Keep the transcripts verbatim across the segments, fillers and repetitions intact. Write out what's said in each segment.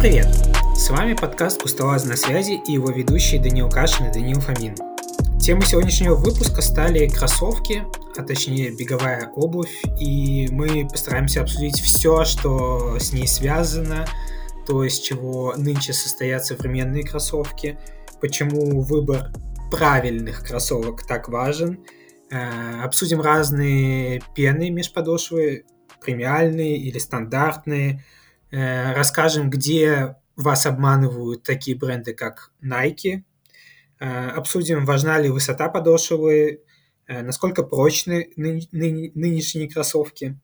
привет! С вами подкаст «Кустолазы на связи» и его ведущие Даниил Кашин и Даниил Фомин. Темой сегодняшнего выпуска стали кроссовки, а точнее беговая обувь, и мы постараемся обсудить все, что с ней связано, то, из чего нынче состоят современные кроссовки, почему выбор правильных кроссовок так важен. Обсудим разные пены межподошвы, премиальные или стандартные. Расскажем, где вас обманывают такие бренды, как Nike. Обсудим, важна ли высота подошвы, насколько прочны ны- ны- нынешние кроссовки.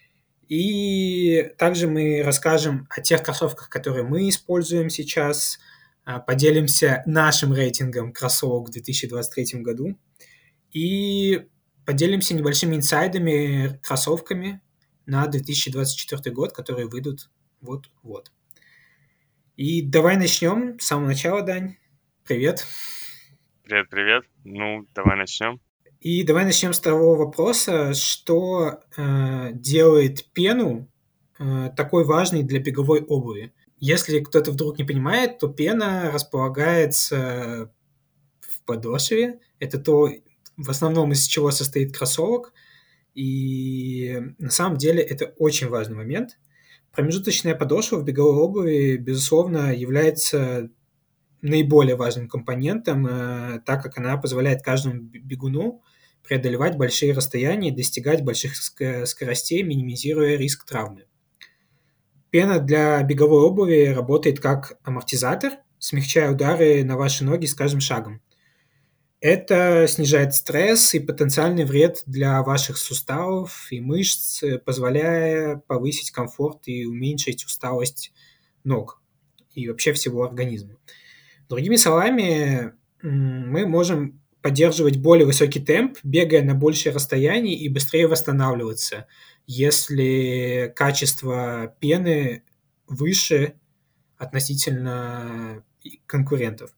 И также мы расскажем о тех кроссовках, которые мы используем сейчас, поделимся нашим рейтингом кроссовок в две тысячи двадцать третьем году и поделимся небольшими инсайдами, кроссовками на две тысячи двадцать четвёртый год, которые выйдут вот-вот. И давай начнем с самого начала, Дань. Привет. Привет, привет. Ну, давай начнем. И давай начнем с того вопроса, что э, делает пену э, такой важной для беговой обуви. Если кто-то вдруг не понимает, то пена располагается в подошве. Это то, в основном, из чего состоит кроссовок. И на самом деле это очень важный момент. Промежуточная подошва в беговой обуви, безусловно, является наиболее важным компонентом, э, так как она позволяет каждому бегуну преодолевать большие расстояния и достигать больших скоростей, минимизируя риск травмы. Пена для беговой обуви работает как амортизатор, смягчая удары на ваши ноги с каждым шагом. Это снижает стресс и потенциальный вред для ваших суставов и мышц, позволяя повысить комфорт и уменьшить усталость ног и вообще всего организма. Другими словами, мы можем поддерживать более высокий темп, бегая на большее расстояние и быстрее восстанавливаться, если качество пены выше относительно конкурентов.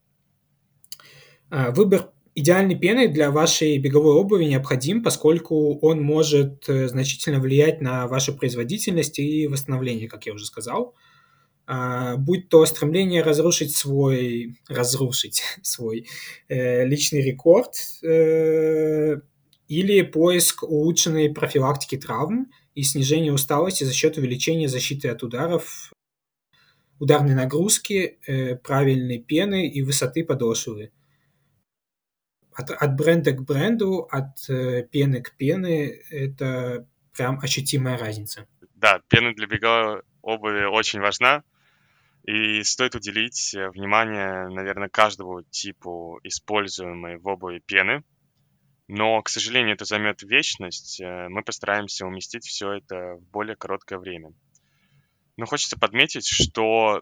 Выбор идеальной пены для вашей беговой обуви необходим, поскольку он может значительно влиять на вашу производительность и восстановление, как я уже сказал. Будь то стремление разрушить свой, разрушить свой э, личный рекорд э, или поиск улучшенной профилактики травм и снижения усталости за счет увеличения защиты от ударов, ударной нагрузки, э, правильной пены и высоты подошвы. От, от бренда к бренду, от э, пены к пены это прям ощутимая разница. Да, пена для беговой обуви очень важна. И стоит уделить внимание, наверное, каждому типу используемой в обуви пены. Но, к сожалению, это займет вечность. Мы постараемся уместить все это в более короткое время. Но хочется подметить, что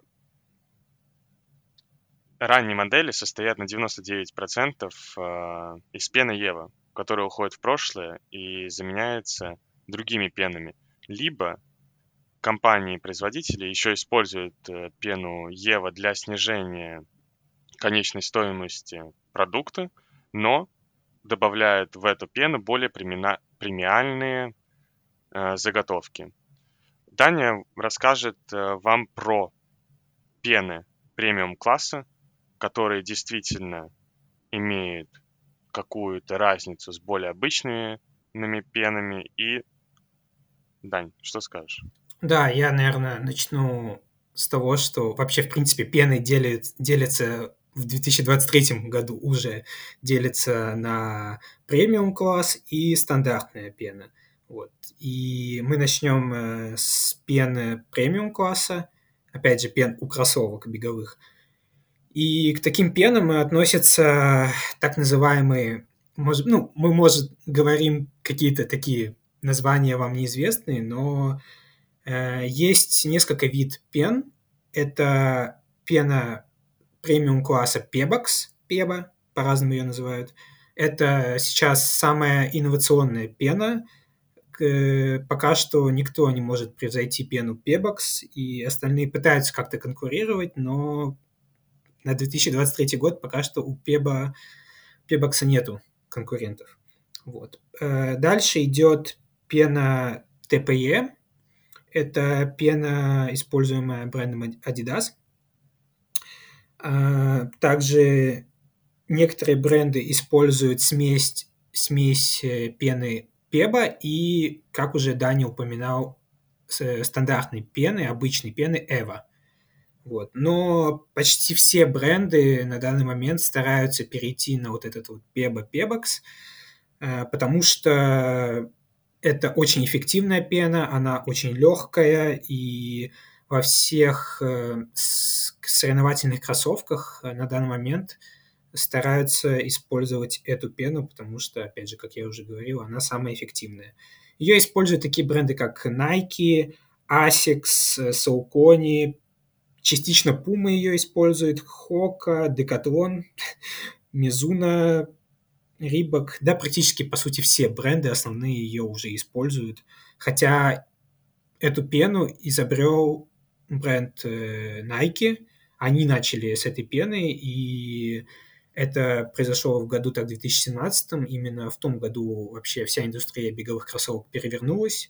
ранние модели состоят на девяносто девять процентов из пены Ева, которая уходит в прошлое и заменяется другими пенами. Либо компании-производители еще используют э, пену Ева для снижения конечной стоимости продукта, но добавляют в эту пену более премина- премиальные э, заготовки. Даня расскажет э, вам про пены премиум-класса, которые действительно имеют какую-то разницу с более обычными пенами. И, Дань, что скажешь? Да, я, наверное, начну с того, что вообще, в принципе, пены делят, делятся в две тысячи двадцать третьем году уже делятся на премиум-класс и стандартная пена. Вот. И мы начнем э, с пены премиум-класса, опять же, пен у кроссовок беговых. И к таким пенам относятся так называемые, может, ну, мы, может, говорим какие-то такие названия вам неизвестные, но есть несколько видов пен. Это пена премиум-класса Pebax, Peba, по-разному ее называют. Это сейчас самая инновационная пена. Пока что никто не может превзойти пену Pebax, и остальные пытаются как-то конкурировать, но на две тысячи двадцать третий год пока что у Peba, Pebax нету конкурентов. Вот. Дальше идет пена ти пи и. Это пена, используемая брендом Adidas. А, также некоторые бренды используют смесь, смесь э, пены Пеба и, как уже Даня упоминал, с- стандартной пены, обычной пены Эва. Вот. Но почти все бренды на данный момент стараются перейти на вот этот вот Пеба Пебокс, э, потому что это очень эффективная пена, она очень легкая, и во всех э, с- соревновательных кроссовках э, на данный момент стараются использовать эту пену, потому что, опять же, как я уже говорил, она самая эффективная. Ее используют такие бренды, как Nike, Asics, э, Saucony, частично Puma ее использует, Hoka, Decathlon, Mizuno, Reebok. Да, практически, по сути, все бренды основные ее уже используют. Хотя эту пену изобрел бренд э, Nike. Они начали с этой пены, и это произошло в году так две тысячи семнадцатом. Именно в том году вообще вся индустрия беговых кроссовок перевернулась.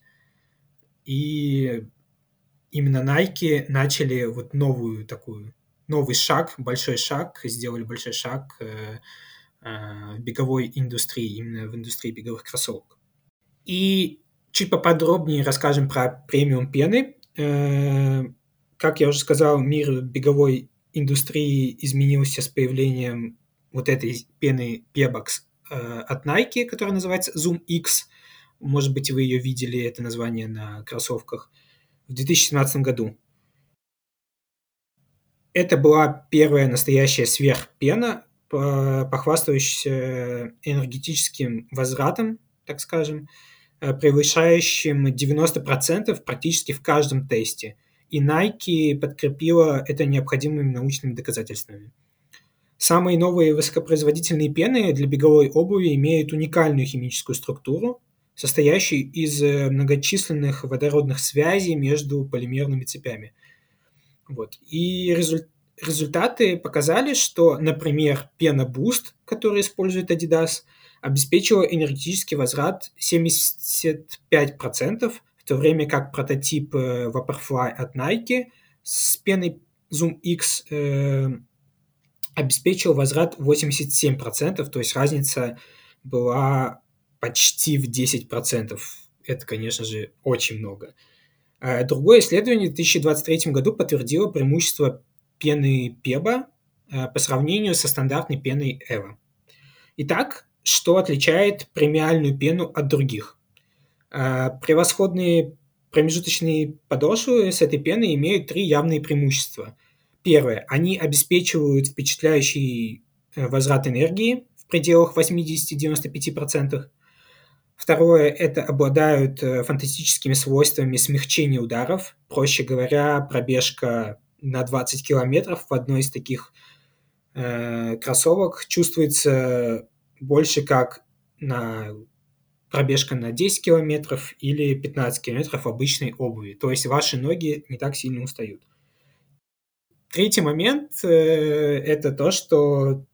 И именно Nike начали вот новую такую, новый шаг, большой шаг, сделали большой шаг э, э, в беговой индустрии, именно в индустрии беговых кроссовок. И чуть поподробнее расскажем про премиум пены. Э, Как я уже сказал, мир беговой индустрии изменился с появлением вот этой пены Pebax э, от Nike, которая называется Zoom X. Может быть, вы ее видели, это название на кроссовках, в две тысячи семнадцатом году. Это была первая настоящая сверхпена, по- похвастающаяся энергетическим возвратом, так скажем, э, превышающим девяносто процентов практически в каждом тесте. И Nike подкрепила это необходимыми научными доказательствами. Самые новые высокопроизводительные пены для беговой обуви имеют уникальную химическую структуру, состоящую из э, многочисленных водородных связей между полимерными цепями. Вот. И резуль- результаты показали, что, например, пена Boost, которую использует Adidas, обеспечила энергетический возврат семьдесят пять процентов, в то время как прототип э, Vaporfly от Nike с пеной Zoom X э, обеспечил возврат восемьдесят семь процентов, то есть разница была почти в десять процентов. Это, конечно же, очень много. А другое исследование в две тысячи двадцать третьем году подтвердило преимущество пены Пеба э, по сравнению со стандартной пеной Эва. Итак, что отличает премиальную пену от других? А, Превосходные промежуточные подошвы с этой пеной имеют три явные преимущества. Первое. Они обеспечивают впечатляющий э, возврат энергии в пределах восемьдесят-девяносто пять процентов. Второе – это обладают э, фантастическими свойствами смягчения ударов. Проще говоря, пробежка на двадцать километров в одной из таких э, кроссовок чувствуется больше как на пробежка на десять километров или пятнадцать километров в обычной обуви. То есть ваши ноги не так сильно устают. Третий момент э, – это то, что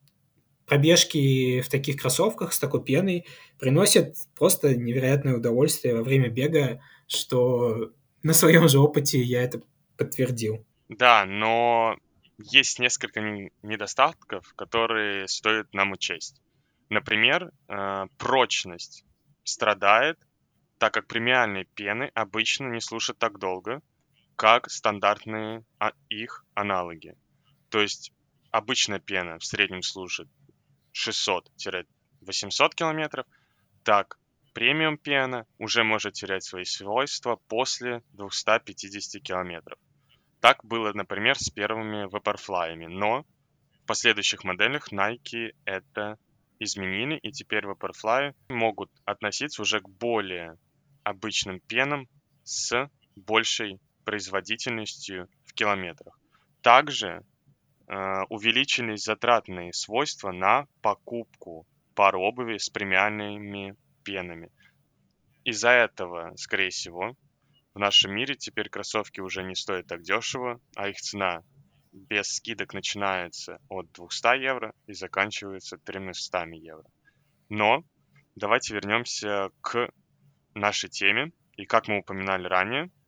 пробежки в таких кроссовках с такой пеной приносят просто невероятное удовольствие во время бега, что на своем же опыте я это подтвердил. Да, но есть несколько н- недостатков, которые стоит нам учесть. Например, э, прочность страдает, так как премиальные пены обычно не служат так долго, как стандартные а- их аналоги. То есть обычная пена в среднем служит шестьсот-восемьсот километров, так премиум пена уже может терять свои свойства после двухсот пятидесяти километров. Так было, например, с первыми Vaporfly'ами, но в последующих моделях Nike это изменили, и теперь Vaporfly могут относиться уже к более обычным пенам с большей производительностью в километрах. Также э, увеличились затратные свойства на покупку пар обуви с премиальными пенами. Из-за этого, скорее всего, в нашем мире теперь кроссовки уже не стоят так дешево, а их цена без скидок начинается от двухсот евро и заканчивается тремястами евро. Но давайте вернемся к нашей теме. И как мы упоминали ранее,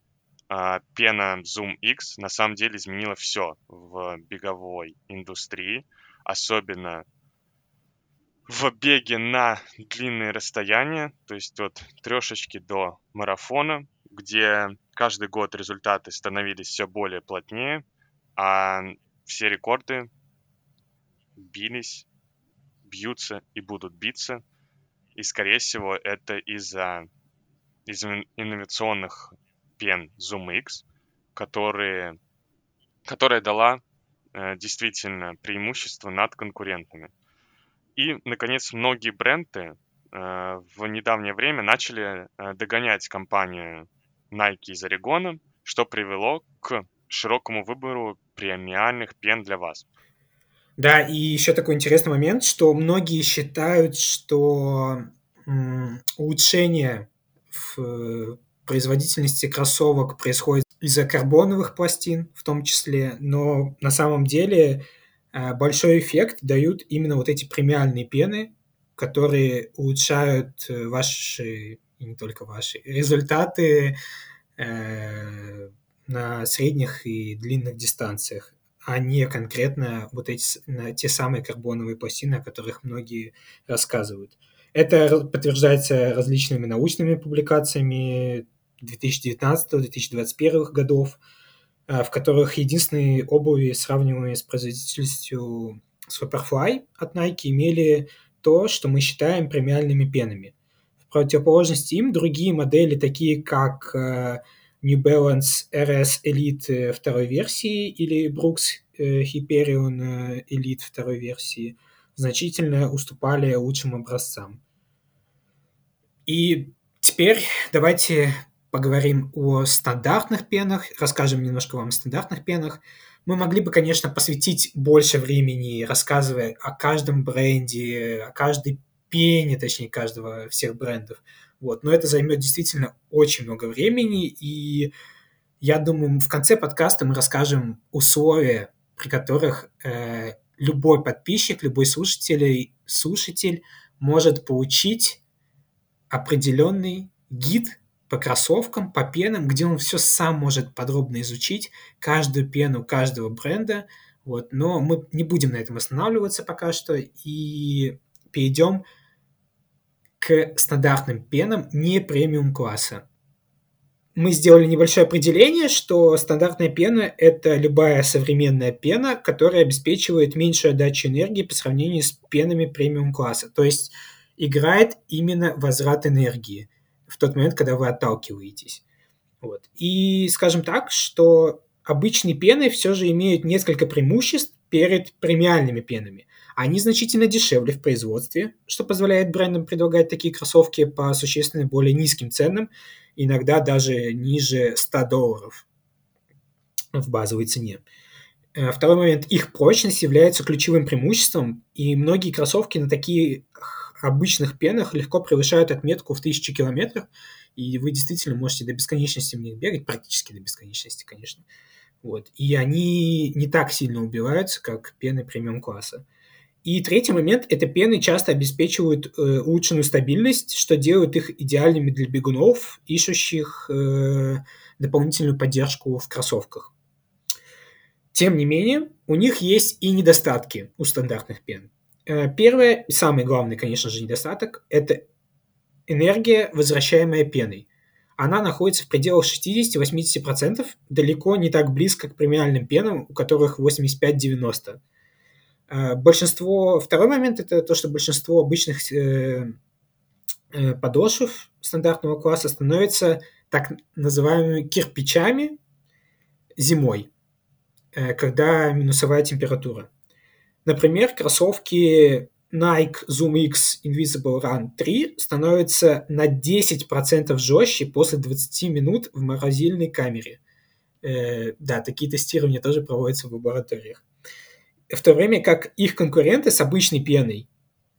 а, пена Zoom X на самом деле изменила все в беговой индустрии, особенно в беге на длинные расстояния, то есть от трешечки до марафона, где каждый год результаты становились все более плотнее, а все рекорды бились, бьются и будут биться. И, скорее всего, это из-за из инновационных пен Zoom X, которые, которая дала э, действительно преимущество над конкурентами. И, наконец, многие бренды э, в недавнее время начали э, догонять компанию Nike из Орегона, что привело к широкому выбору премиальных пен для вас. Да, и еще такой интересный момент, что многие считают, что м, улучшение в э, производительности кроссовок происходит из-за карбоновых пластин в том числе, но на самом деле э, большой эффект дают именно вот эти премиальные пены, которые улучшают э, ваши, и не только ваши, результаты э, на средних и длинных дистанциях, а не конкретно вот эти с- на те самые карбоновые пластины, о которых многие рассказывают. Это ра- подтверждается различными научными публикациями две тысячи девятнадцатого - две тысячи двадцать первого годов, а, в которых единственные обуви, сравниваемые с производительностью Superfly от Nike, имели то, что мы считаем премиальными пенами. В противоположность им другие модели, такие как э, New Balance эр эс Elite э, второй версии или Brooks э, Hyperion э, Elite второй версии, значительно уступали лучшим образцам. И теперь давайте поговорим о стандартных пенах, расскажем немножко вам о стандартных пенах. Мы могли бы, конечно, посвятить больше времени, рассказывая о каждом бренде, о каждой пене, точнее, каждого всех брендов. Вот. Но это займет действительно очень много времени, и я думаю, в конце подкаста мы расскажем условия, при которых э, любой подписчик, любой слушатель, слушатель может получить определенный гид по кроссовкам, по пенам, где он все сам может подробно изучить, каждую пену каждого бренда. Вот. Но мы не будем на этом останавливаться пока что и перейдем к стандартным пенам не премиум класса. Мы сделали небольшое определение, что стандартная пена – это любая современная пена, которая обеспечивает меньшую отдачу энергии по сравнению с пенами премиум класса. То есть играет именно возврат энергии в тот момент, когда вы отталкиваетесь. Вот. И скажем так, что обычные пены все же имеют несколько преимуществ перед премиальными пенами. Они значительно дешевле в производстве, что позволяет брендам предлагать такие кроссовки по существенно более низким ценам, иногда даже ниже ста долларов в базовой цене. Э, Второй момент. Их прочность является ключевым преимуществом, и многие кроссовки на таких обычных пенах легко превышают отметку в тысячу километров, и вы действительно можете до бесконечности в них бегать, практически до бесконечности, конечно. Вот. И они не так сильно убиваются, как пены премиум-класса. И третий момент – это пены часто обеспечивают э, улучшенную стабильность, что делает их идеальными для бегунов, ищущих э, дополнительную поддержку в кроссовках. Тем не менее, у них есть и недостатки у стандартных пен. Э, Первое, и самый главный, конечно же, недостаток – это энергия, возвращаемая пеной. Она находится в пределах шестьдесят-восемьдесят процентов, далеко не так близко к премиальным пенам, у которых восемьдесят пять - девяносто процентов. Большинство... Второй момент – это то, что большинство обычных э, э, подошв стандартного класса становятся так называемыми кирпичами зимой, э, когда минусовая температура. Например, кроссовки Nike Zoom X Invisible Run три становятся на десять процентов жестче после двадцати минут в морозильной камере. Э, да, такие тестирования тоже проводятся в лабораториях. В то время как их конкуренты с обычной пеной,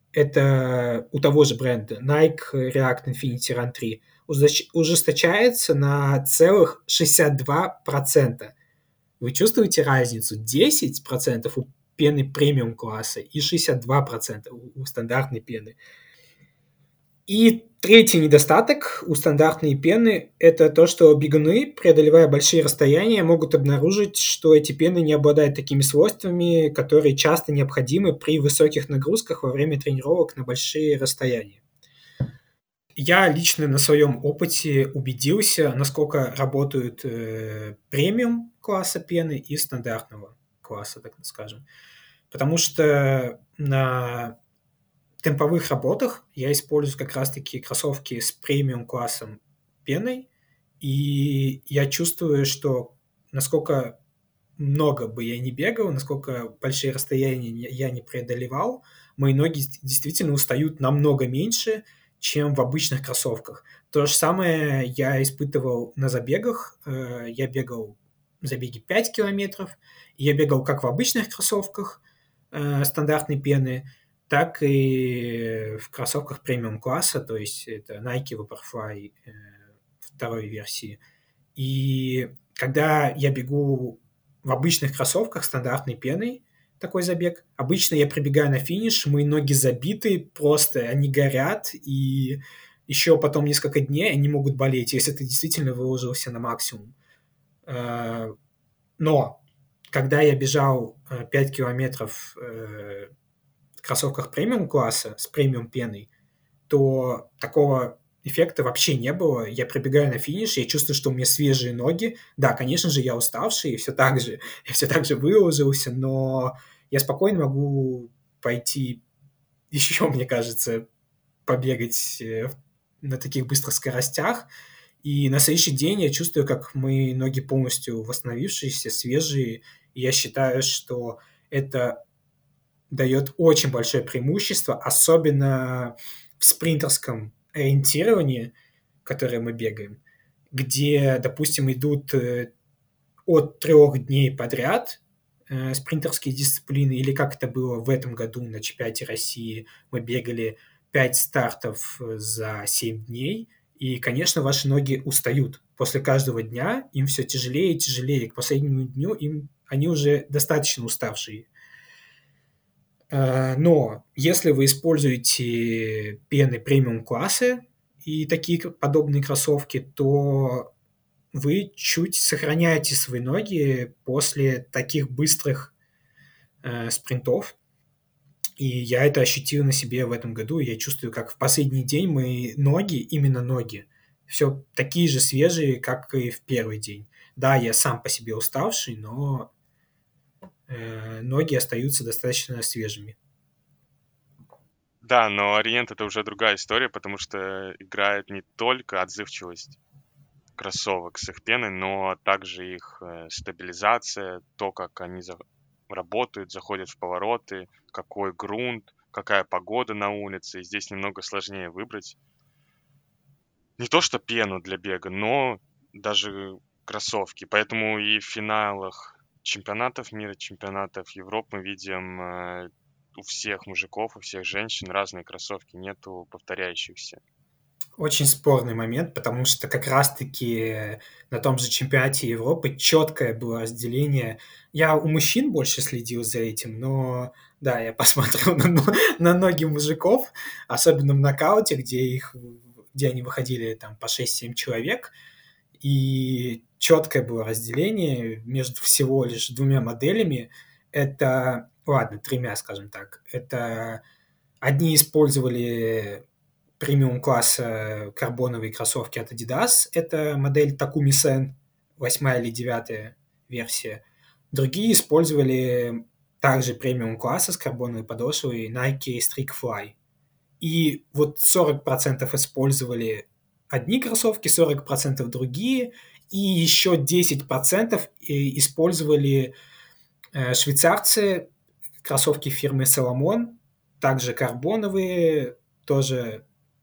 это у того же бренда Nike React Infinity Run три, ужесточается на целых шестьдесят два процента. Вы чувствуете разницу? десять процентов у пены премиум класса и шестьдесят два процента у стандартной пены. И третий недостаток у стандартной пены – это то, что бегуны, преодолевая большие расстояния, могут обнаружить, что эти пены не обладают такими свойствами, которые часто необходимы при высоких нагрузках во время тренировок на большие расстояния. Я лично на своем опыте убедился, насколько работают э, премиум класса пены и стандартного класса, так скажем. Потому что на темповых работах я использую как раз-таки кроссовки с премиум классом пеной, и я чувствую, что насколько много бы я не бегал, насколько большие расстояния я не преодолевал, мои ноги действительно устают намного меньше, чем в обычных кроссовках. То же самое я испытывал на забегах. Я бегал забеги пять километров, и я бегал как в обычных кроссовках стандартной пены, так и в кроссовках премиум-класса, то есть это Nike Vaporfly второй версии. И когда я бегу в обычных кроссовках стандартной пеной, такой забег, обычно я прибегаю на финиш, мои ноги забиты, просто они горят, и еще потом несколько дней они могут болеть, если ты действительно выложился на максимум. Но когда я бежал пять километров в кроссовках премиум-класса с премиум-пеной, то такого эффекта вообще не было. Я пробегаю на финиш, я чувствую, что у меня свежие ноги. Да, конечно же, я уставший, и все так же, я все так же выложился, но я спокойно могу пойти еще, мне кажется, побегать на таких быстрых скоростях. И на следующий день я чувствую, как мои ноги полностью восстановившиеся, свежие. И я считаю, что это дает очень большое преимущество, особенно в спринтерском ориентировании, которое мы бегаем, где, допустим, идут от трех дней подряд э, спринтерские дисциплины, или как это было в этом году на чемпионате России, мы бегали пять стартов за семь дней, и, конечно, ваши ноги устают. После каждого дня им все тяжелее и тяжелее. К последнему дню им, они уже достаточно уставшие. Но если вы используете пены премиум-класса и такие подобные кроссовки, то вы чуть сохраняете свои ноги после таких быстрых э, спринтов. И я это ощутил на себе в этом году. Я чувствую, как в последний день мои ноги, именно ноги, все такие же свежие, как и в первый день. Да, я сам по себе уставший, но э, ноги остаются достаточно свежими. Да, но Ориент — это уже другая история, потому что играет не только отзывчивость кроссовок с их пеной, но также их э, стабилизация, то, как они за- работают, заходят в повороты, какой грунт, какая погода на улице. И здесь немного сложнее выбрать не то что пену для бега, но даже кроссовки. Поэтому и в финалах чемпионатов мира, чемпионатов Европы мы видим э, у всех мужиков, у всех женщин разные кроссовки, нету повторяющихся. Очень спорный момент, потому что как раз-таки на том же чемпионате Европы четкое было разделение. Я у мужчин больше следил за этим, но да, я посмотрел на, но- на ноги мужиков, особенно в нокауте, где их, где они выходили там по шесть-семь человек, и четкое было разделение между всего лишь двумя моделями. Это, ладно, тремя, скажем так. Это одни использовали премиум-класса карбоновые кроссовки от Adidas. Это модель Takumi Sen, восьмая или девятая версия. Другие использовали также премиум-класса с карбоновой подошвой Nike Streak Fly. И вот сорок процентов использовали одни кроссовки, сорок процентов другие, и еще десять процентов использовали швейцарцы кроссовки фирмы Salomon, также карбоновые, тоже,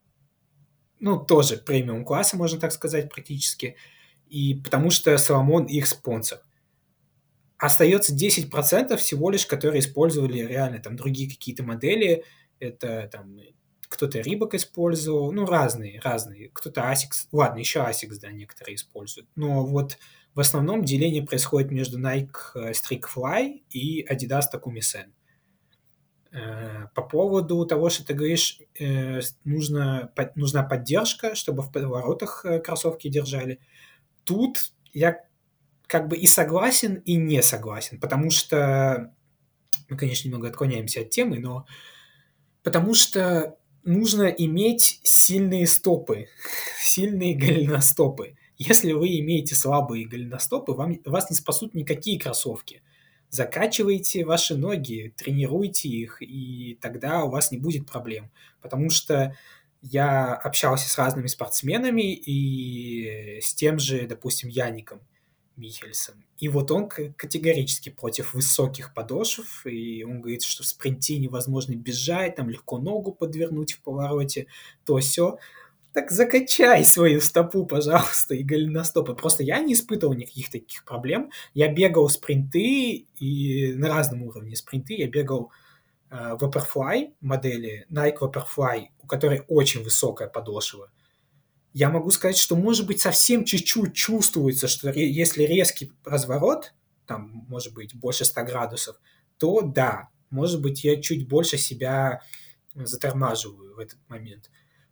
ну, тоже премиум класса, можно так сказать, практически. И потому что Salomon их спонсор. Остается десять процентов всего лишь, которые использовали реально там другие какие-то модели. Это там кто-то Reebok использовал, ну, разные, разные. Кто-то Asics, ладно, еще Asics, да, некоторые используют. Но вот в основном деление происходит между Nike Streak Fly и Adidas Takumi Sen. Э, По поводу того, что ты говоришь, э, с- нужно, под- нужна поддержка, чтобы в поворотах э, кроссовки держали. Тут я как бы и согласен, и не согласен, потому что мы, конечно, немного отклоняемся от темы, но потому что нужно иметь сильные стопы, сильные голеностопы. Если вы имеете слабые голеностопы, вам, вас не спасут никакие кроссовки. Закачивайте ваши ноги, тренируйте их, и тогда у вас не будет проблем. Потому что я общался с разными спортсменами и с тем же, допустим, Яником Михельсом. И вот он категорически против высоких подошв, и он говорит, что в спринте невозможно бежать, там легко ногу подвернуть в повороте, то все. Так закачай свою стопу, пожалуйста, и голеностопы. Просто я не испытывал никаких таких проблем. Я бегал спринты, и на разном уровне спринты. Я бегал э, Vaporfly модели, Nike Vaporfly, у которой очень высокая подошва. Я могу сказать, что, может быть, совсем чуть-чуть чувствуется, что ре- если резкий разворот, там, может быть, больше ста градусов, то да, может быть, я чуть больше себя затормаживаю в этот момент.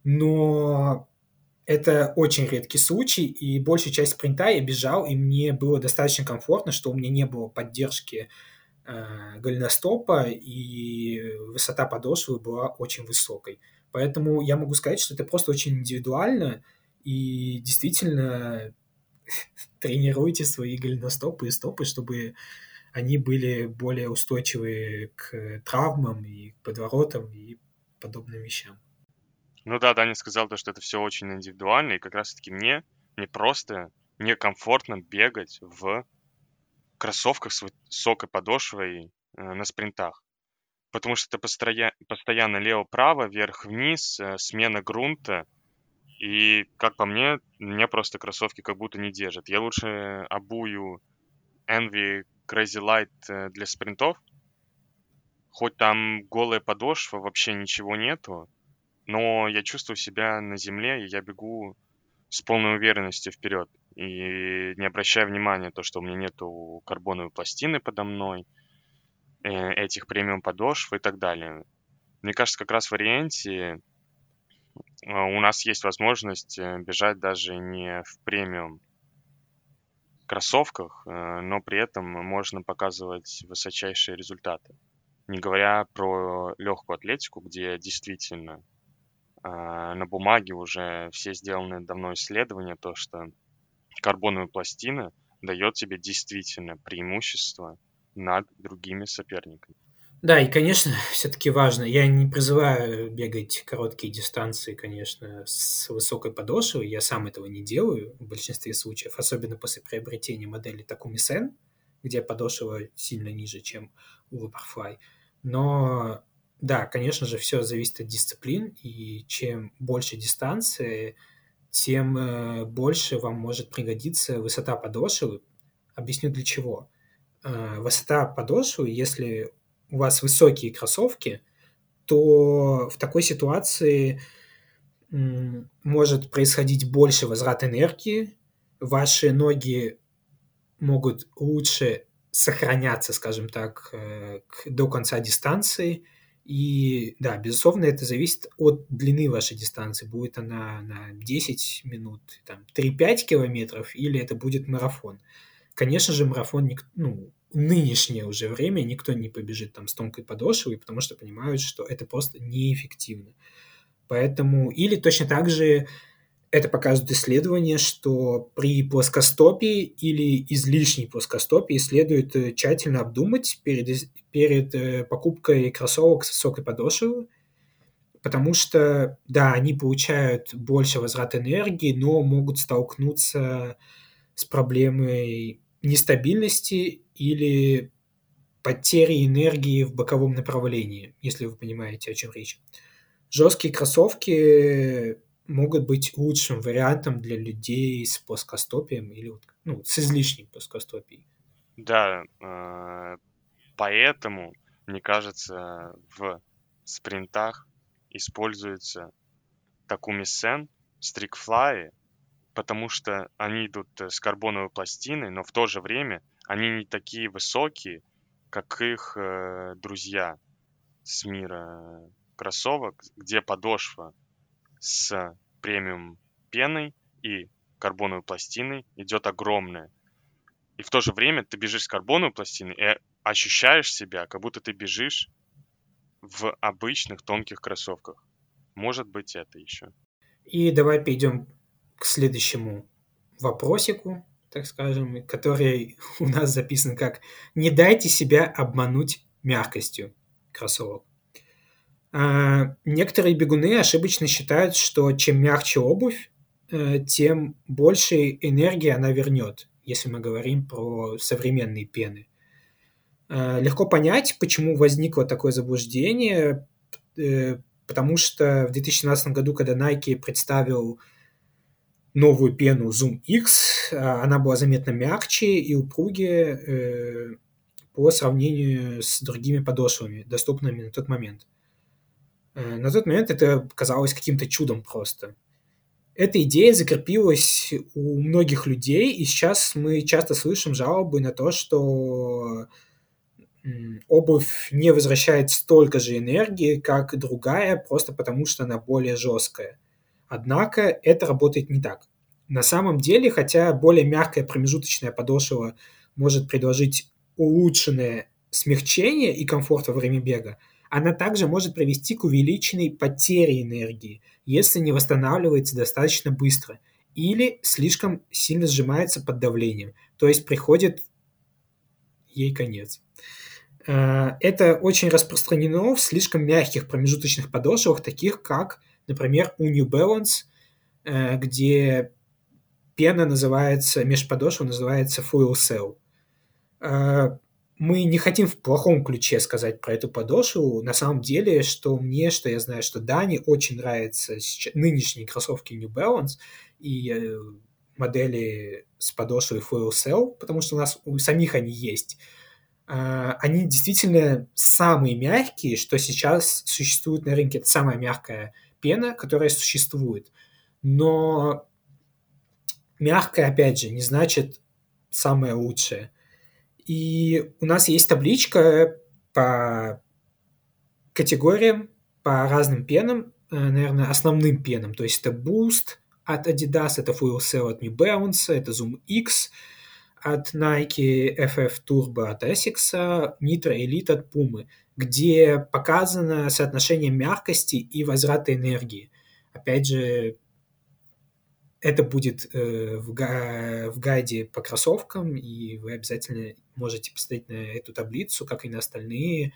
Но это очень редкий случай, и большую часть спринта я бежал, и мне было достаточно комфортно, что у меня не было поддержки э, голеностопа, и высота подошвы была очень высокой. Поэтому я могу сказать, что это просто очень индивидуально, и действительно тренируйте свои голеностопы и стопы, чтобы они были более устойчивые к травмам и к подворотам и подобным вещам. Ну да, Даня сказал то, что это все очень индивидуально, и как раз-таки мне, мне просто некомфортно бегать в кроссовках с высокой подошвой э, на спринтах. Потому что это построя- постоянно лево-право, вверх-вниз, э, смена грунта. И, как по мне, мне просто кроссовки как будто не держат. Я лучше обую Envy Crazy Light э, для спринтов. Хоть там голая подошва, вообще ничего нету. Но я чувствую себя на земле, и я бегу с полной уверенностью вперед. И не обращая внимания то, что у меня нету карбоновой пластины подо мной, э, этих премиум подошв и так далее. Мне кажется, как раз в варианте э, у нас есть возможность э, бежать даже не в премиум кроссовках, э, но при этом можно показывать высочайшие результаты. Не говоря про легкую атлетику, где действительно а, на бумаге уже все сделаны давно исследования, то, что карбоновая пластина дает тебе действительно преимущество над другими соперниками. Да, и, конечно, все-таки важно. Я не призываю бегать короткие дистанции, конечно, с высокой подошвой. Я сам этого не делаю в большинстве случаев, особенно после приобретения модели Takumi Sen, где подошва сильно ниже, чем у Vaporfly. Но да, конечно же, все зависит от дисциплин, и чем больше дистанции, тем э, больше вам может пригодиться высота подошвы. Объясню для чего. Э, высота подошвы, если у вас высокие кроссовки, то в такой ситуации м, может происходить больше возврат энергии, ваши ноги могут лучше сохраняться, скажем так, э, к- до конца дистанции. И да, безусловно, это зависит от длины вашей дистанции. Будет она на десять минут, там, три-пять километров, или это будет марафон. Конечно же, марафон, ник- ну, нынешнее уже время никто не побежит там с тонкой подошвой, потому что понимают, что это просто неэффективно. Поэтому, или точно так же это показывают исследования, что при плоскостопии или излишней плоскостопии следует э, тщательно обдумать перед, из- перед э, покупкой кроссовок с высокой подошвой, потому что, да, они получают больше возврат энергии, но могут столкнуться с проблемой нестабильности или потери энергии в боковом направлении, если вы понимаете, о чем речь. Жесткие кроссовки могут быть лучшим вариантом для людей с плоскостопием или вот, ну, с излишней плоскостопией. Да, э, поэтому, мне кажется, в спринтах используется Takumi Sen, Strikefly, потому что они идут э, с карбоновой пластиной, но в то же время они не такие высокие, как их э, друзья. с мира кроссовок, где подошва с премиум пеной и карбоновой пластиной идет огромная. И в то же время ты бежишь с карбоновой пластиной и ощущаешь себя, как будто ты бежишь в обычных тонких кроссовках. Может быть, это еще. И давай перейдем к следующему вопросику, так скажем, который у нас записан как «Не дайте себя обмануть мягкостью кроссовок». А, некоторые бегуны ошибочно считают, что чем мягче обувь, э, тем больше энергии она вернет, если мы говорим про современные пены. А, легко понять, почему возникло такое заблуждение, э, потому что в две тысячи семнадцатом году, когда Nike представил новую пену Zoom X, она была заметно мягче и упругее э, по сравнению с другими подошвами, доступными на тот момент. Э, на тот момент это казалось каким-то чудом просто. Эта идея закрепилась у многих людей, и сейчас мы часто слышим жалобы на то, что обувь не возвращает столько же энергии, как другая, просто потому что она более жесткая. Однако это работает не так. На самом деле, хотя более мягкая промежуточная подошва может предложить улучшенное смягчение и комфорт во время бега, она также может привести к увеличенной потере энергии, если не восстанавливается достаточно быстро или слишком сильно сжимается под давлением, то есть приходит ей конец. Это очень распространено в слишком мягких промежуточных подошвах, таких как, например, у New Balance, где пена называется, межподошва называется Fuel Cell. Мы не хотим в плохом ключе сказать про эту подошву. На самом деле, что мне, что я знаю, что Дане очень нравятся нынешние кроссовки New Balance и модели с подошвой Fuel Cell, потому что у нас у самих они есть. Они действительно самые мягкие, что сейчас существует на рынке. Это самая мягкая пена, которая существует. Но мягкая, опять же, не значит самая лучшая. И у нас есть табличка по категориям, по разным пенам, наверное, основным пенам. То есть это Boost от Adidas, это Fuel Cell от New Balance, это Zoom X от Nike, эф эф Turbo от Asics, Nitro Elite от Puma, где показано соотношение мягкости и возврата энергии. Опять же, это будет э, в, га- в гайде по кроссовкам, и вы обязательно можете посмотреть на эту таблицу, как и на остальные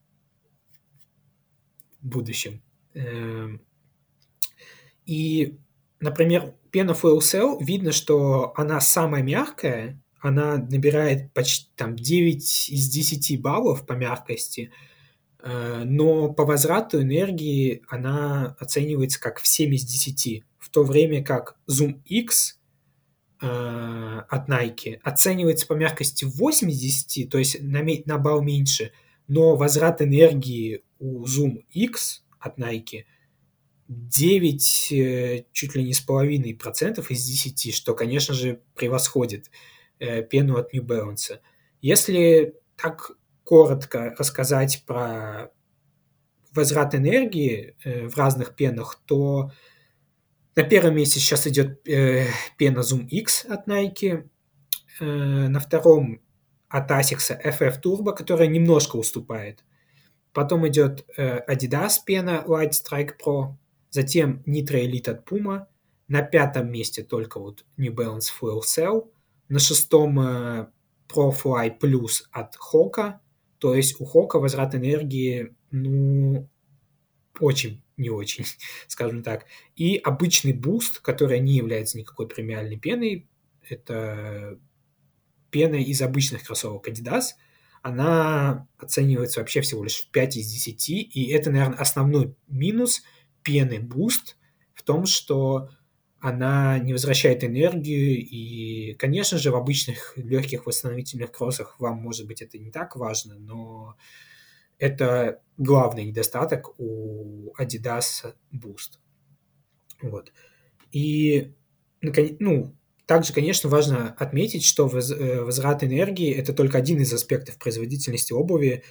в будущем. Эм, и, например, пена Fuel Cell, видно, что она самая мягкая, она набирает почти там девять из десяти баллов по мягкости, э, но по возврату энергии она оценивается как в семь из десяти, в то время как Zoom X э, от Nike оценивается по мягкости в восемь из десяти, то есть на, на балл меньше, но возврат энергии у Zoom X от Nike девять, э, чуть ли не с половиной процентов из десяти, что, конечно же, превосходит э, пену от New Balance. Если так коротко рассказать про возврат энергии э, в разных пенах, то на первом месте сейчас идет э, пена Zoom X от Nike, э, на втором от Asics эф эф Turbo, которая немножко уступает. Потом идет э, Adidas пена Light Strike Pro, затем Nitro Elite от Puma, на пятом месте только вот New Balance Fuel Cell, на шестом э, ProFly Plus от Hoka, то есть у Hoka возврат энергии, ну, очень не очень, скажем так. И обычный Boost, который не является никакой премиальной пеной, это пена из обычных кроссовок Adidas, она оценивается вообще всего лишь в пять из десяти, и это, наверное, основной минус пены Boost в том, что она не возвращает энергию, и, конечно же, в обычных легких восстановительных кроссах вам, может быть, это не так важно, но это главный недостаток у Adidas Boost. Вот. И, ну, также, конечно, важно отметить, что возврат энергии – это только один из аспектов производительности обуви.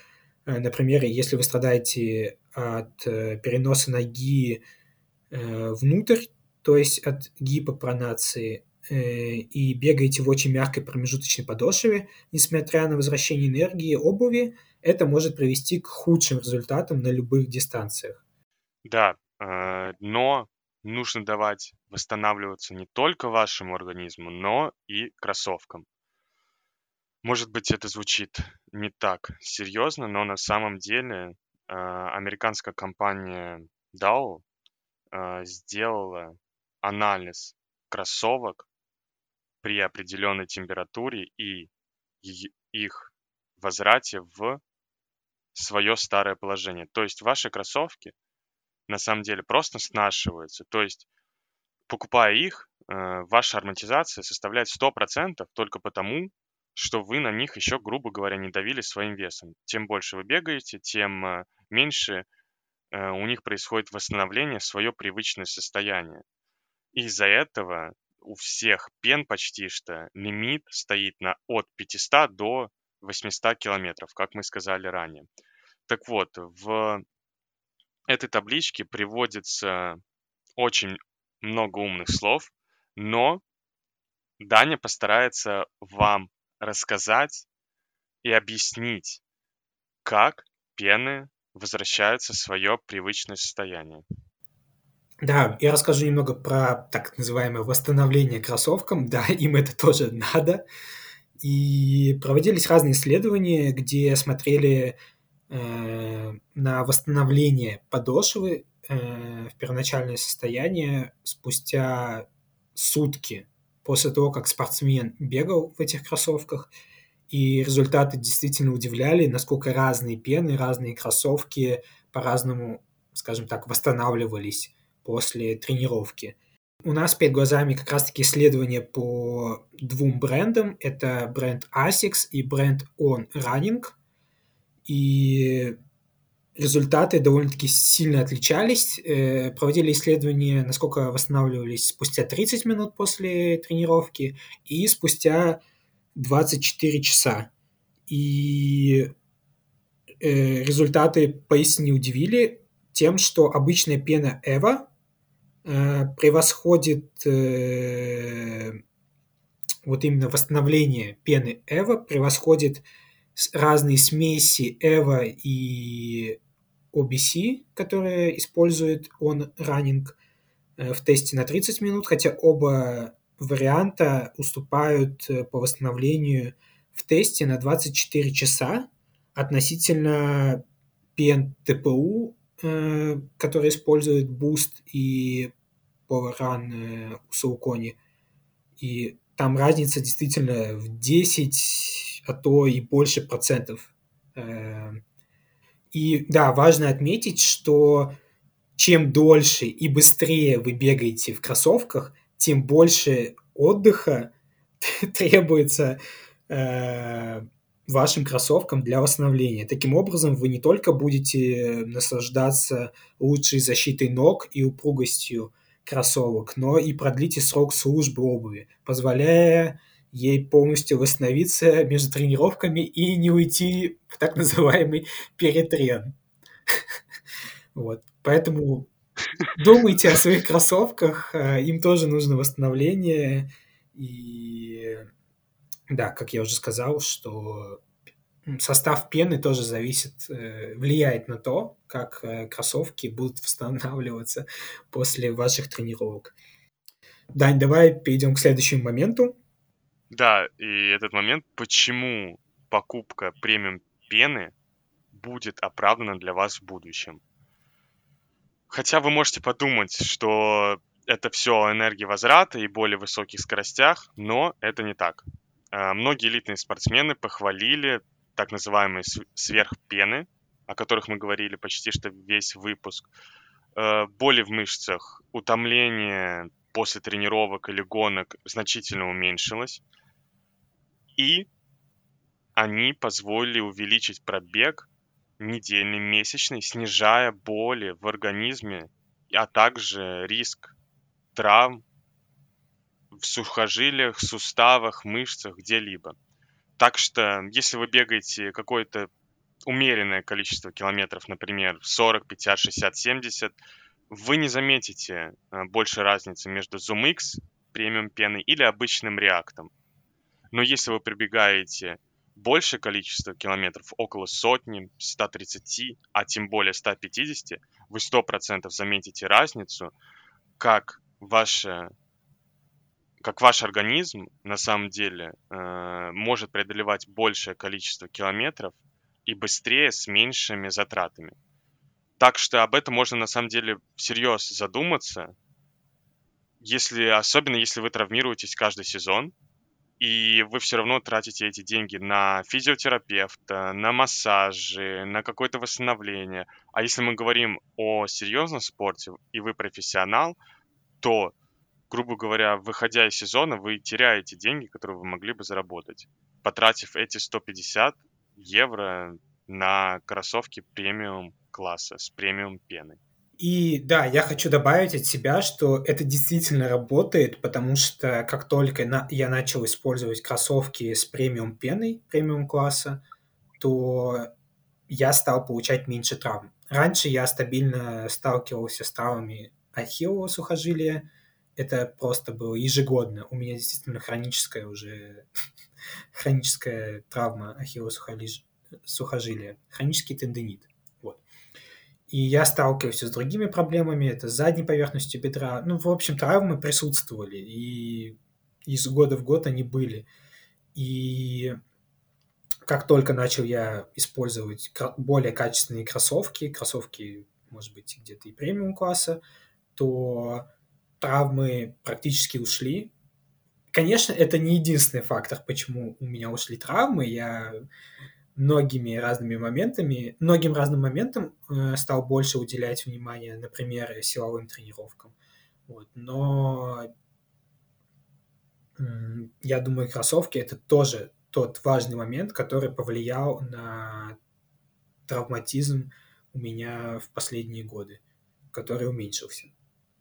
Э, Например, если вы страдаете от э, переноса ноги э, внутрь, то есть от гипопронации, э, и бегаете в очень мягкой промежуточной подошве, несмотря на возвращение энергии обуви, это может привести к худшим результатам на любых дистанциях. Да, э, но нужно давать восстанавливаться не только вашему организму, но и кроссовкам. Может быть, это звучит не так серьезно, но на самом деле э, американская компания дао э, сделала анализ кроссовок при определенной температуре и и- их возврате в свое старое положение. То есть ваши кроссовки на самом деле просто снашиваются. То есть, покупая их, э, ваша ароматизация составляет сто процентов только потому, что вы на них еще, грубо говоря, не давили своим весом. Тем больше вы бегаете, тем э, меньше э, у них происходит восстановление в свое привычное состояние. И из-за этого у всех пен почти что лимит стоит на от пятисот до восьмисот километров, как мы сказали ранее. Так вот, в этой табличке приводится очень много умных слов, но Даня постарается вам рассказать и объяснить, как пены возвращаются в свое привычное состояние. Да, я расскажу немного про так называемое восстановление кроссовкам. Да, им это тоже надо. И проводились разные исследования, где смотрели э, на восстановление подошвы э, в первоначальное состояние спустя сутки после того, как спортсмен бегал в этих кроссовках. И результаты действительно удивляли, насколько разные пены, разные кроссовки по-разному, скажем так, восстанавливались после тренировки. У нас перед глазами как раз-таки исследования по двум брендам. Это бренд Asics и бренд On Running. И результаты довольно-таки сильно отличались. Э, Проводили исследования, насколько восстанавливались спустя тридцать минут после тренировки и спустя двадцать четыре часа. И э, результаты поистине удивили тем, что обычная пена Эва э, превосходит э, вот именно восстановление пены Эва превосходит с- разные смеси Эва и о би си, которые использует он раннинг э, в тесте на тридцать минут, хотя оба варианта уступают э, по восстановлению в тесте на двадцать четыре часа относительно пен тэ пэ у, э, который использует Boost и PowerRun э, у Saucony. И там разница действительно в десять, а то и больше процентов. Э, И да, важно отметить, что чем дольше и быстрее вы бегаете в кроссовках, тем больше отдыха требуется э, вашим кроссовкам для восстановления. Таким образом, вы не только будете наслаждаться лучшей защитой ног и упругостью кроссовок, но и продлите срок службы обуви, позволяя ей полностью восстановиться между тренировками и не уйти в так называемый перетрен. Вот. Поэтому думайте о своих кроссовках, э, им тоже нужно восстановление. И да, как я уже сказал, что состав пены тоже зависит, э, влияет на то, как э, кроссовки будут восстанавливаться после ваших тренировок. Дань, давай перейдем к следующему моменту. Да, и этот момент, почему покупка премиум пены будет оправдана для вас в будущем. Хотя вы можете подумать, что это все энергия возврата и более высоких скоростях, но это не так. А, Многие элитные спортсмены похвалили так называемые св- сверхпены, о которых мы говорили почти что весь выпуск. Э, Боли в мышцах, утомление после тренировок или гонок значительно уменьшилось, и они позволили увеличить пробег недельный, месячный, снижая боли в организме, а также риск травм в сухожилиях, суставах, мышцах, где-либо. Так что, если вы бегаете какое-то умеренное количество километров, например, сорок, пятьдесят, шестьдесят, семьдесят, вы не заметите э, больше разницы между ZoomX премиум пеной или обычным React. Но если вы прибегаете большее количество километров, около сотни, ста тридцати, а тем более ста пятидесяти, вы сто процентов заметите разницу, как, ваше, как ваш организм на самом деле э, может преодолевать большее количество километров и быстрее с меньшими затратами. Так что об этом можно на самом деле всерьез задуматься, если, особенно если вы травмируетесь каждый сезон, и вы все равно тратите эти деньги на физиотерапевта, на массажи, на какое-то восстановление. А если мы говорим о серьезном спорте, и вы профессионал, то, грубо говоря, выходя из сезона, вы теряете деньги, которые вы могли бы заработать, потратив эти сто пятьдесят евро на кроссовки премиум класса с премиум пеной. И да, я хочу добавить от себя, что это действительно работает, потому что как только на, я начал использовать кроссовки с премиум пеной, премиум класса, то я стал получать меньше травм. Раньше я стабильно сталкивался с травмами ахиллова сухожилия. Это просто было ежегодно. У меня действительно хроническая уже хроническая травма ахиллова сухожилия, хронический тендинит. И я сталкивался с другими проблемами, это с задней поверхностью бедра. Ну, в общем, травмы присутствовали, и из года в год они были. И как только начал я использовать более качественные кроссовки, кроссовки, может быть, где-то и премиум-класса, то травмы практически ушли. Конечно, это не единственный фактор, почему у меня ушли травмы. Я многими разными моментами, многим разным моментам э, стал больше уделять внимание, например, силовым тренировкам. Вот. Но э, я думаю, кроссовки – это тоже тот важный момент, который повлиял на травматизм у меня в последние годы, который уменьшился.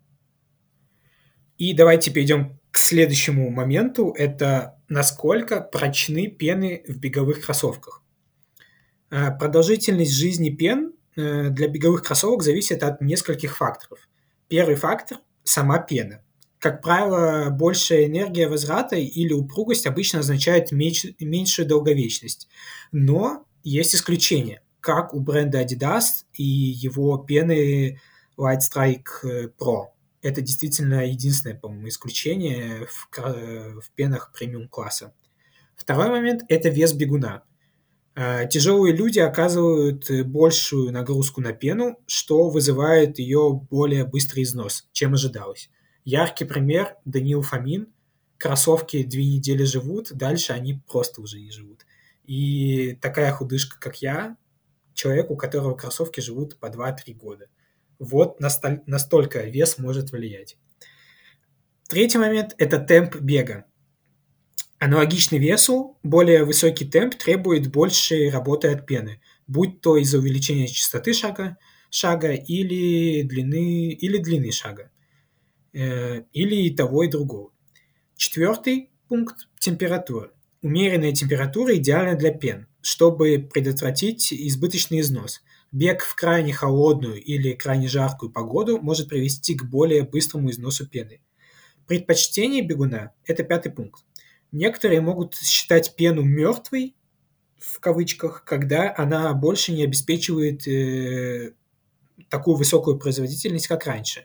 И давайте перейдем к следующему моменту. Это насколько прочны пены в беговых кроссовках. Продолжительность жизни пен для беговых кроссовок зависит от нескольких факторов. Первый фактор – сама пена. Как правило, большая энергия возврата или упругость обычно означает меньш- меньшую долговечность. Но есть исключения, как у бренда Adidas и его пены Light Strike Pro. Это действительно единственное, по-моему, исключение в, в пенах премиум-класса. Второй момент – это вес бегуна. Тяжелые люди оказывают большую нагрузку на пену, что вызывает ее более быстрый износ, чем ожидалось. Яркий пример – Даниил Фомин. Кроссовки две недели живут, дальше они просто уже не живут. И такая худышка, как я, человек, у которого кроссовки живут по два-три года. Вот настоль- настолько вес может влиять. Третий момент – это темп бега. Аналогичный весу, более высокий темп требует большей работы от пены, будь то из-за увеличения частоты шага, шага или, длины, или длины шага, э, или и того, и другого. Четвертый пункт – температура. Умеренная температура идеальна для пен, чтобы предотвратить избыточный износ. Бег в крайне холодную или крайне жаркую погоду может привести к более быстрому износу пены. Предпочтение бегуна – это пятый пункт. Некоторые могут считать пену мертвой, в кавычках, когда она больше не обеспечивает э, такую высокую производительность, как раньше.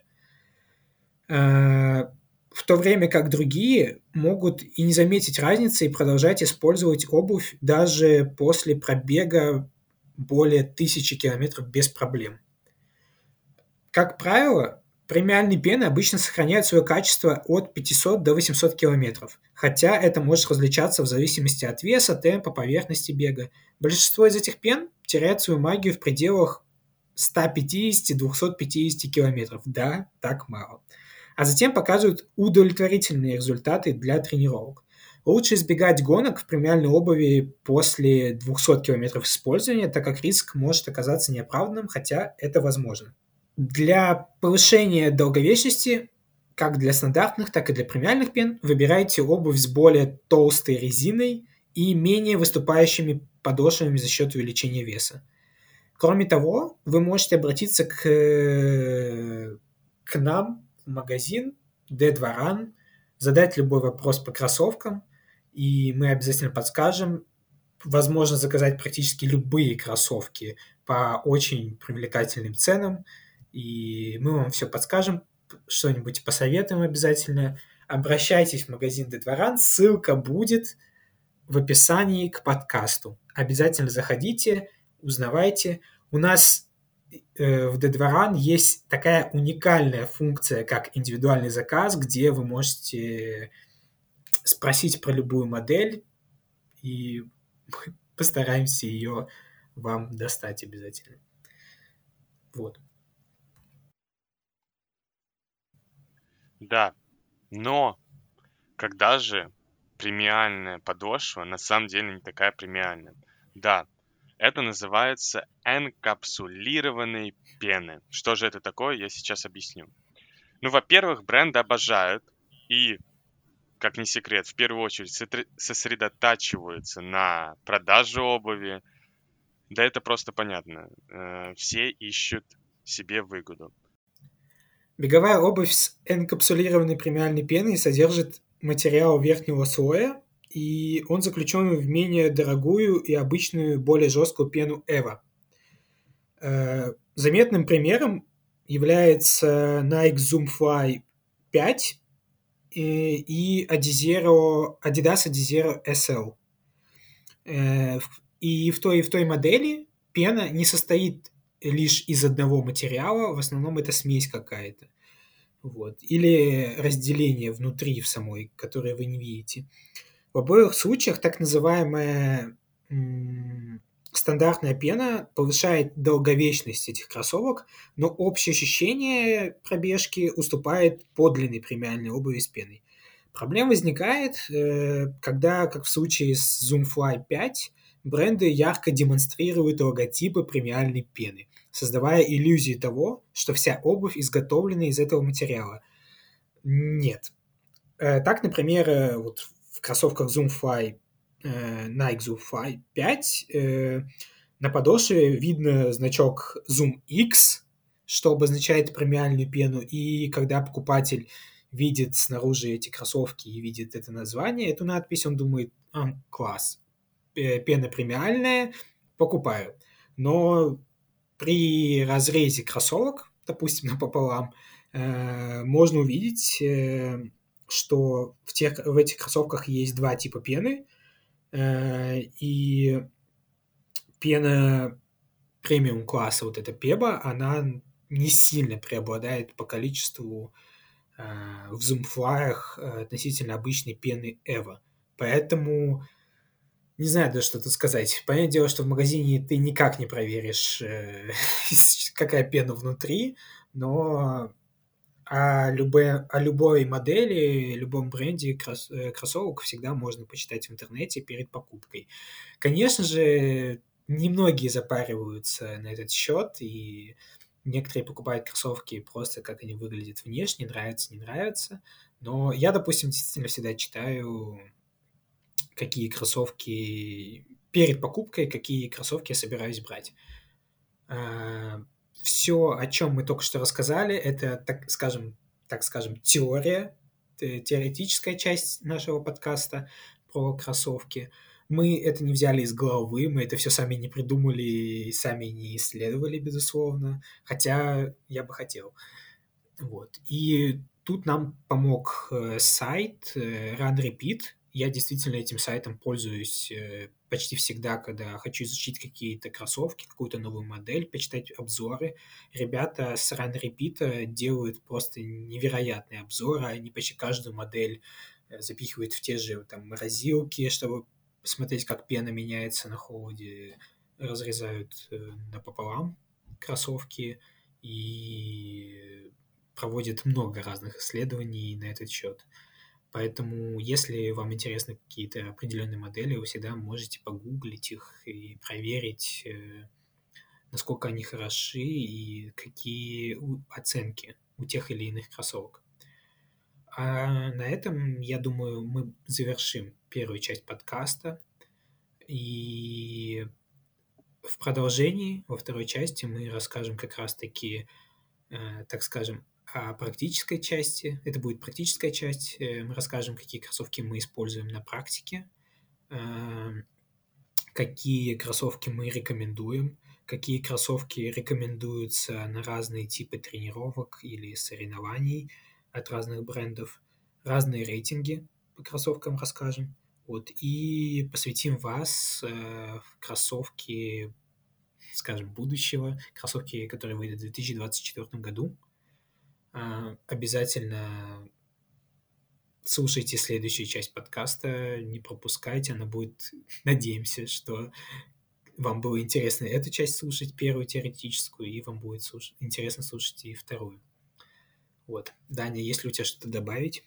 Э, в то время как другие могут и не заметить разницы и продолжать использовать обувь даже после пробега более тысячи километров без проблем. Как правило, премиальные пены обычно сохраняют свое качество от пятисот до восьмисот километров, хотя это может различаться в зависимости от веса, темпа, поверхности бега. Большинство из этих пен теряет свою магию в пределах ста пятидесяти - двухсот пятидесяти километров. Да, так мало. А затем показывают удовлетворительные результаты для тренировок. Лучше избегать гонок в премиальной обуви после двухсот километров использования, так как риск может оказаться неоправданным, хотя это возможно. Для повышения долговечности, как для стандартных, так и для премиальных пен, выбирайте обувь с более толстой резиной и менее выступающими подошвами за счет увеличения веса. Кроме того, вы можете обратиться к, к нам в магазин Dead Varan, задать любой вопрос по кроссовкам, и мы обязательно подскажем. Возможно заказать практически любые кроссовки по очень привлекательным ценам, и мы вам все подскажем, что-нибудь посоветуем обязательно. Обращайтесь в магазин Dead Varan, ссылка будет в описании к подкасту. Обязательно заходите, узнавайте. У нас э, в Dead Varan есть такая уникальная функция, как индивидуальный заказ, где вы можете спросить про любую модель, и мы постараемся ее вам достать обязательно. Вот. Да, но когда же премиальная подошва на самом деле не такая премиальная? Да, это называется энкапсулированные пены. Что же это такое, я сейчас объясню. Ну, во-первых, бренды обожают и, как не секрет, в первую очередь сотре- сосредотачиваются на продаже обуви. Да это просто понятно. Э, Все ищут себе выгоду. Беговая обувь с энкапсулированной премиальной пеной содержит материал верхнего слоя, и он заключен в менее дорогую и обычную, более жесткую пену Эва. Э, Заметным примером является Nike Zoom Fly пять и, и Adizero, Adidas Adizero эс эл. Э, в- И в той, и в той модели пена не состоит лишь из одного материала, в основном это смесь какая-то. Вот. Или разделение внутри в самой, которое вы не видите. В обоих случаях так называемая м, стандартная пена повышает долговечность этих кроссовок, но общее ощущение пробежки уступает подлинной премиальной обуви с пеной. Проблема возникает, э, когда, как в случае с Zoom Fly пять, бренды ярко демонстрируют логотипы премиальной пены, создавая иллюзию того, что вся обувь изготовлена из этого материала. Нет. Э, Так, например, э, вот в кроссовках Zoom Fly, э, Nike Zoom Fly пять э, на подошве видно значок Zoom X, что обозначает премиальную пену, и когда покупатель видит снаружи эти кроссовки и видит это название, эту надпись, он думает: «А, класс, э, пена премиальная, покупаю». Но при разрезе кроссовок, допустим, напополам, э, можно увидеть, э, что в, тех, в этих кроссовках есть два типа пены, э, и пена премиум класса, вот эта Пеба, она не сильно преобладает по количеству э, в зумфлаях э, относительно обычной пены Эва. Поэтому не знаю даже, что тут сказать. Понятное дело, что в магазине ты никак не проверишь, э, какая пена внутри, но о любой, о любой модели, любом бренде крос, э, кроссовок всегда можно почитать в интернете перед покупкой. Конечно же, немногие запариваются на этот счет, и некоторые покупают кроссовки просто как они выглядят внешне, нравится, не нравится. Но я, допустим, действительно всегда читаю, какие кроссовки перед покупкой, какие кроссовки я собираюсь брать. Все, о чем мы только что рассказали, это, так скажем, так скажем, теория, те- теоретическая часть нашего подкаста про кроссовки. Мы это не взяли из головы, мы это все сами не придумали и сами не исследовали, безусловно, хотя я бы хотел. Вот. И тут нам помог э, сайт э, Run Repeat. Я действительно этим сайтом пользуюсь э, почти всегда, когда хочу изучить какие-то кроссовки, какую-то новую модель, почитать обзоры. Ребята с Run Repeat делают просто невероятные обзоры. Они почти каждую модель э, запихивают в те же там морозилки, чтобы посмотреть, как пена меняется на холоде. Разрезают э, напополам кроссовки и проводит много разных исследований на этот счет. Поэтому, если вам интересны какие-то определенные модели, вы всегда можете погуглить их и проверить, э, насколько они хороши и какие у- оценки у тех или иных кроссовок. А на этом, я думаю, мы завершим первую часть подкаста. И в продолжении, во второй части, мы расскажем как раз-таки, э, так скажем, о практической части. Это будет практическая часть. Э, мы расскажем, какие кроссовки мы используем на практике, э, какие кроссовки мы рекомендуем, какие кроссовки рекомендуются на разные типы тренировок или соревнований от разных брендов, разные рейтинги по кроссовкам расскажем. Вот, и посвятим вас э, в кроссовки, скажем, будущего, кроссовки, которые выйдут в две тысячи двадцать четвёртом году. А, обязательно слушайте следующую часть подкаста, не пропускайте, она будет, надеемся, что вам было интересно эту часть слушать, первую теоретическую, и вам будет слуш- интересно слушать и вторую. Вот. Даня, есть ли у тебя что-то добавить?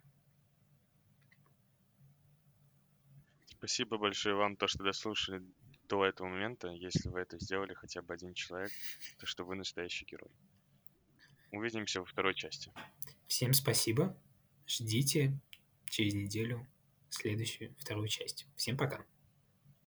Спасибо большое вам, то, что дослушали до этого момента. Если вы это сделали, хотя бы один человек, то что вы настоящий герой. Увидимся во второй части. Всем спасибо. Ждите через неделю следующую, вторую часть. Всем пока.